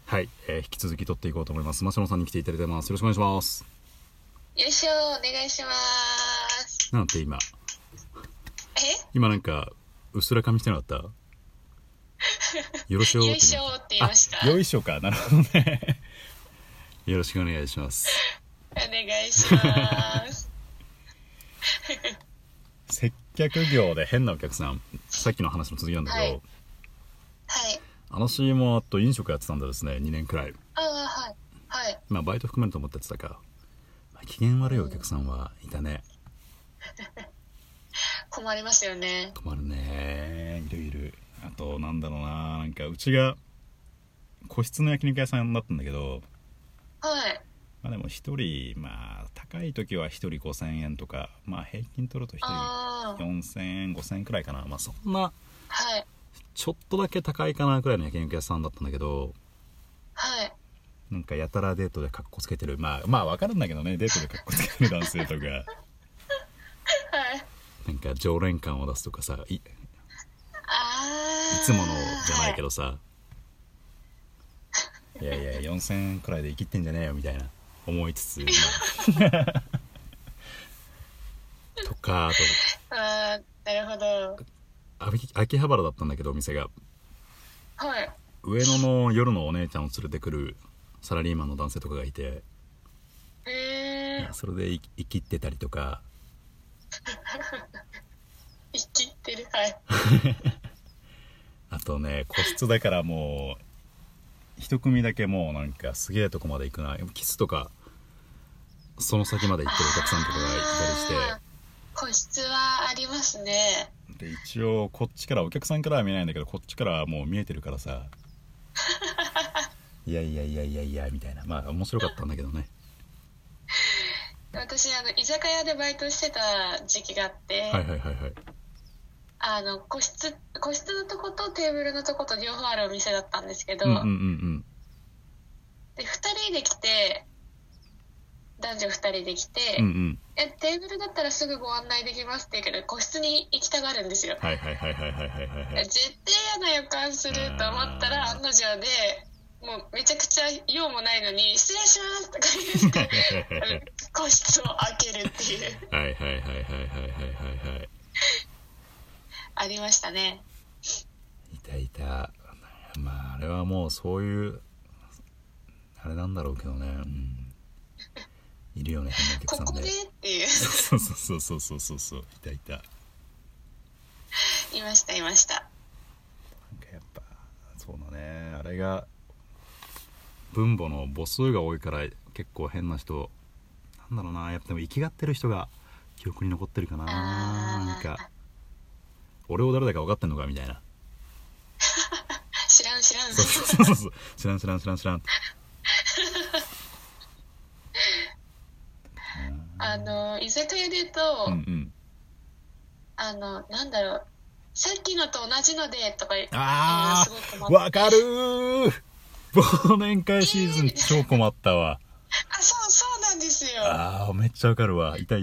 はい、引き続き撮っていこうと思います。マシュマさんに来ていただいてます。よろしくお願いします。 よいしょ、お願いします。 なんて今なんかうっすら噛みしてなかった？よろしょよいしょって言いました。 よいしょか、なるほどね。よろしくお願いします。 お願いします。 接客業で変なお客さん、さっきの話の続きなんだけど、 はい。 私も飲食やってたんだですね、2年くらい。 はい。 まあバイト含めると思ってやってたか、機嫌悪いお客さんはいたね。 困りますよね。 困るね、いる。あとなんかうちが個室の焼肉屋さんだったんだけど、 はい。 まあでも一人、高い時は一人5000円とか、平均取ると一人4000円5000円くらいかな。そんな、 はい。 ちょっとだけ高いかなくらいの焼肉屋さんだったんだけど、 はい。 なんかやたらデートでカッコつけてる、わかるんだけどね、デートでカッコつけてる男性とかはい。 なんか常連感を出すとかさ、いつものじゃないけどさ、いや4000円くらいで生きってんじゃねえよみたいな思いつつ、とか、 なるほど。 秋葉原だったんだけど、お店がはい。 上野の夜のお姉ちゃんを連れてくるサラリーマンの男性とかがいて、それで生きってたりとか。 生きってる。はい。 あとね、個室だからもう一組だけもうなんかすげえとこまで行くな、キスとかその先まで行ってるお客さんとかがいたりして。 個室はありますね。 で一応こっちからお客さんからは見えないんだけど、こっちからはもう見えてるからさいやみたいな。面白かったんだけどね。 私居酒屋でバイトしてた時期があって、個室のとことテーブルのとこと両方あるお店だったんですけど、で2人で来て、男女2人で来て、テーブルだったらすぐご案内できますって言うけど、個室に行きたがるんですよ。絶対嫌な予感すると思ったら、案の定でもうめちゃくちゃ用もないのに失礼しますとか言って個室を開けるっていうありましたね。 いた。あれはもうそういうあれなんだろうけどね、いるよね、変なお客さんで。 ここでっていう。 そういた。 いました。 なんかやっぱそうだね、あれが分母の母数が多いから結構変な人なんだろうな。やっぱでも生きがってる人が記憶に残ってるかな。なんか俺を誰だか分かってんのかみたいな。 知らんそう知らん居酒屋で言うと、なんだろう、さっきのと同じのでとか言うのすごく困って。 わかるー。忘年会シーズン超困ったわ。 そうなんですよ。 めっちゃわかるわ。いた。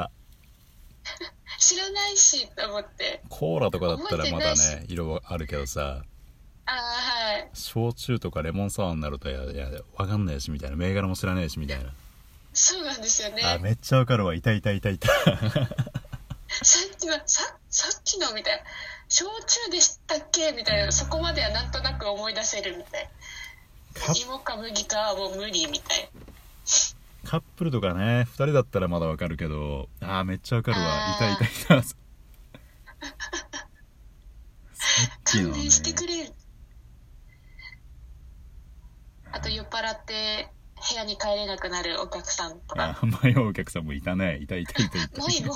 知らないしと思って。 コーラとかだったらまだね色あるけどさ、 はい。 焼酎とかレモンサワーになるとわかんないしみたいな、銘柄も知らねえしみたいな。 そうなんですよね。 めっちゃわかるわ。いたさっきのみたいな、焼酎でしたっけみたいな、そこまではなんとなく思い出せるみたいな。芋か麦かはもう無理みたいな。 カップルとかね、2人だったらまだわかるけど、めっちゃわかるわ。いたさっきのね、 勘弁してくれ。あと酔っ払って部屋に帰れなくなるお客さんとか。 迷うお客さんもいたね。いた。 迷子。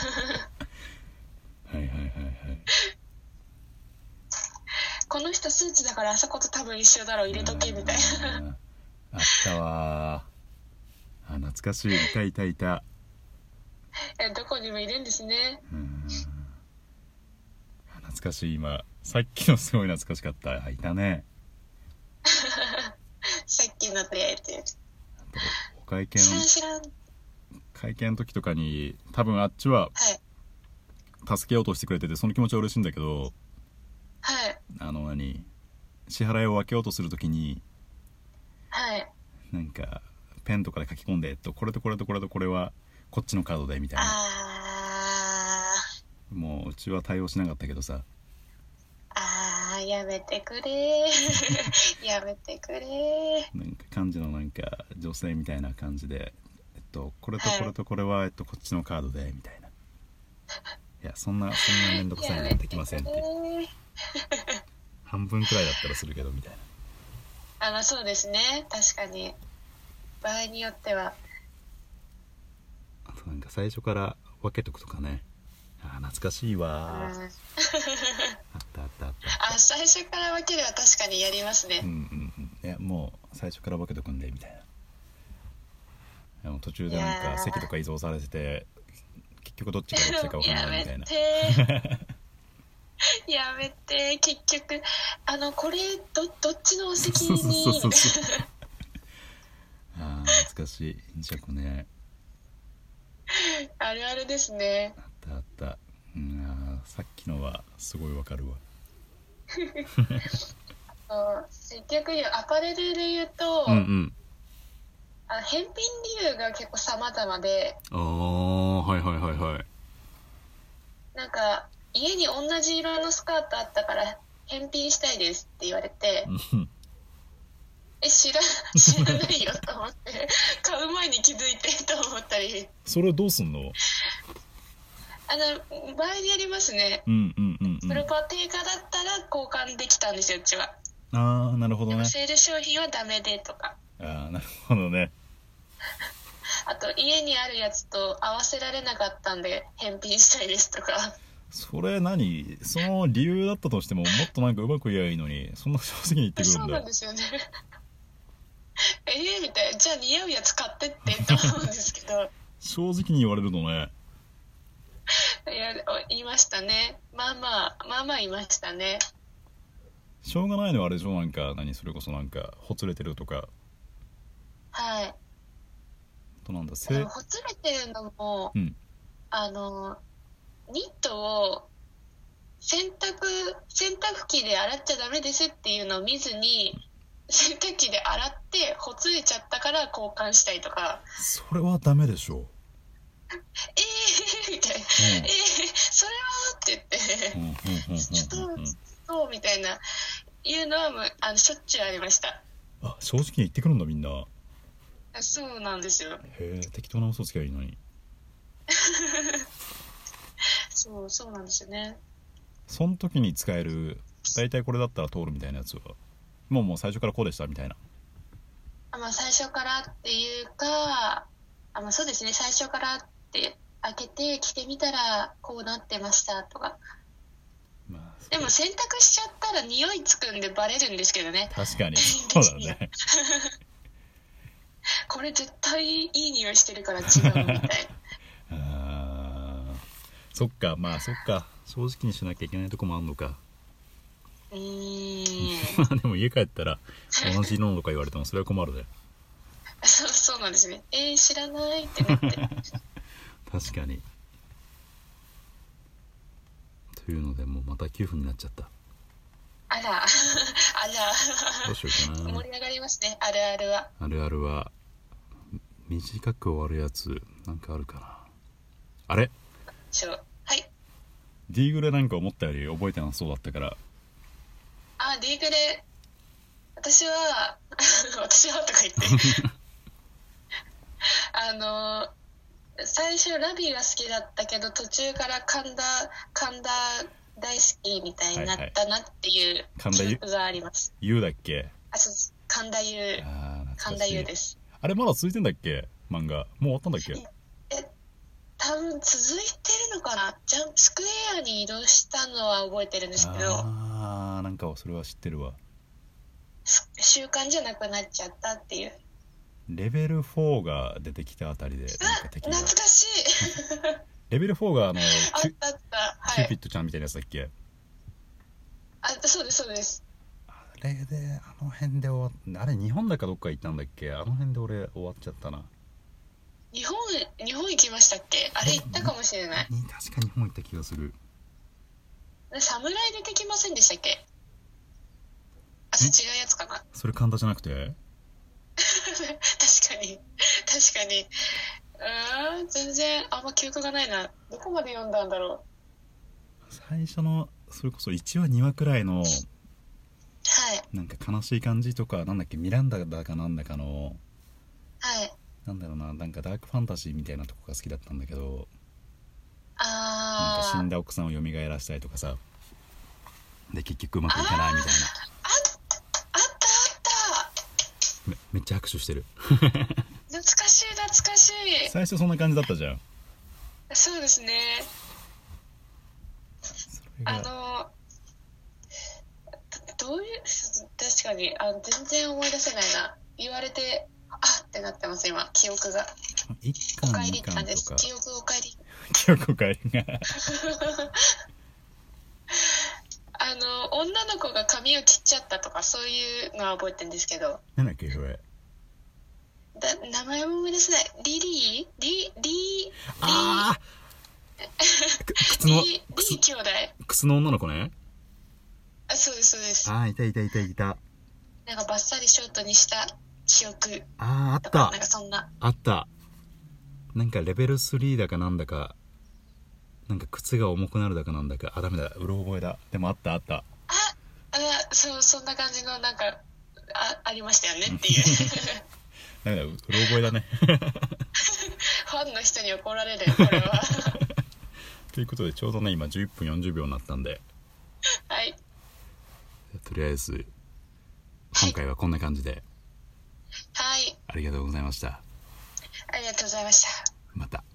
この人スーツだからあそこと多分一緒だろ、入れとけみたいな。 あったわ。懐かしい。いた。 どこにもいるんですね。 懐かしい。今さっきのすごい懐かしかった。いたね。 さっきの出会いってお会計知らん会計の時とかに多分あっちは助けようとしてくれてて、その気持ちは嬉しいんだけど、支払いを分けようとする時になんかペンとかで書き込んで、これとこれとこれとこれはこっちのカードでみたいな。もううちは対応しなかったけどさ。 やめてくれやめてくれ。 なんか漢字のなんか女性みたいな感じで、これとこれとこれは、こっちのカードでみたいな。いや、そんなめんどくさいのはできませんって半分くらいだったらするけどみたいな。 まあそうですね、確かに場合によっては。 あとなんか最初から分けとくとかね。懐かしいわ。あったあったあった。 最初から分けるは確かにやりますね。 いや、もう最初から分けとくんでみたいな。途中でなんか席とか移動されてて、結局どっちがどっちか分かんないみたいなやめて結局これどっちのお席に懐かしい。じゃこね。 あるあるですね。 あったあった。さっきのはすごいわかるわ結局アパレルで言うと、返品理由が結構様々で。 はいはいはいはい。 なんか家に同じ色のスカートあったから返品したいですって言われて知らないよと思って買う前に気づいてと思ったり。 それどうすんの？ 場合によりますね。それパ定価だったら交換できたんですよ、うちは。 なるほどね。 でもセール商品はダメでとか。 なるほどね。 あと家にあるやつと合わせられなかったんで返品したいですとか。 それ何？その理由だったとしてももっとなんかうまく言えばいいのに、そんな正直に言ってくるんだ。 そうなんですよねみたいな。じゃあ似合うやつ買ってってと思うんですけど正直に言われるのね。 言いましたね。まあ言いましたね。 しょうがないのはあれでしょ。なんかそれこそなんかほつれてるとか。 はい。 となんだでもほつれてるのも、ニットを洗濯機で洗っちゃダメですっていうのを見ずに洗濯機で洗ってほつれちゃったから交換したいとか。 それはダメでしょ。 みたいな、それはって言ってちょっとそうみたいないうのはしょっちゅうありました。 正直に言ってくるんだみんな。 そうなんですよ。 へえ、適当な嘘つきゃいいのにそうなんですよね。 その時に使える大体これだったら通るみたいなやつはもう最初からこうでしたみたいな。 最初からっていうかそうですね、最初からって開けて着てみたらこうなってましたとか。でも洗濯しちゃったら匂いつくんでバレるんですけどね。 確かにそうだねこれ絶対いい匂いしてるから違うみたいなそっかそっか、正直にしなきゃいけないとこもあんのか。でも家帰ったら同じ色とか言われてもそれは困るねそうなんですね。知らないってなって確かに。というのでもうまた9分になっちゃった。 あらどうしようかな。 盛り上がりますね、あるあるは。 短く終わるやつなんかあるかな。あれはい。 ディーグレなんか思ったより覚えてなそうだったから。 ディーグレ私はとか言って最初ラビが好きだったけど途中から神田大好きみたいになったなっていう記憶があります。 ゆうだっけ？ そう神田優です。 あれまだ続いてんだっけ？漫画もう終わったんだっけ？ 多分続いてるのかな。スクエアに移動したのは覚えてるんですけど、 なんかそれは知ってるわ。 習慣じゃなくなっちゃったっていう。 レベル4が出てきたあたりでなんか懐かしいレベル4があった、はい、 キューピッドちゃんみたいなやつだっけ？ そうですあれであの辺で終わっ、あれ日本だかどっか行ったんだっけ？あの辺で俺終わっちゃったな。 日本行きましたっけ？あれ行ったかもしれない。 確か日本行った気がする。 侍出てきませんでしたっけ？違うやつかな。 それ神田じゃなくてに全然あんま記憶がないな。どこまで読んだんだろう。最初のそれこそ1話2話くらいの、はい、なんか悲しい感じとか、なんだっけ、ミランダだかなんだかの、 はい、 なんだろうな、なんかダークファンタジーみたいなとこが好きだったんだけど、 なんか死んだ奥さんを蘇らせたりとかさ、で結局うまくいかないみたいな。 あっためっちゃ拍手してる懐かしい最初そんな感じだったじゃん。 そうですね。どういう、確かに全然思い出せないな。言われてあってなってます今、記憶が。 1巻おかえり 2巻とか。 記憶おかえり記憶おかえりが女の子が髪を切っちゃったとか、そういうのは覚えてるんですけど。 なんだっけそれ。 名前も思い出せない。リリーああリー兄弟。 靴の女の子ね。 あ、そうですそうです。 ああ、いた。 なんかバッサリショートにした記憶。 あった。 なんかそんな。 あった。なんかレベル3だかなんだか、なんか靴が重くなるだかなんだか、ダメだ、うろ覚えだ。でもあった。 そんな感じのなんかありましたよねっていうなんかうろ覚えだねファンの人に怒られるよこれはということで、ちょうどね今11分40秒になったんで、 はい、 とりあえず今回はこんな感じで、 はい、 ありがとうございました。 ありがとうございました。 また。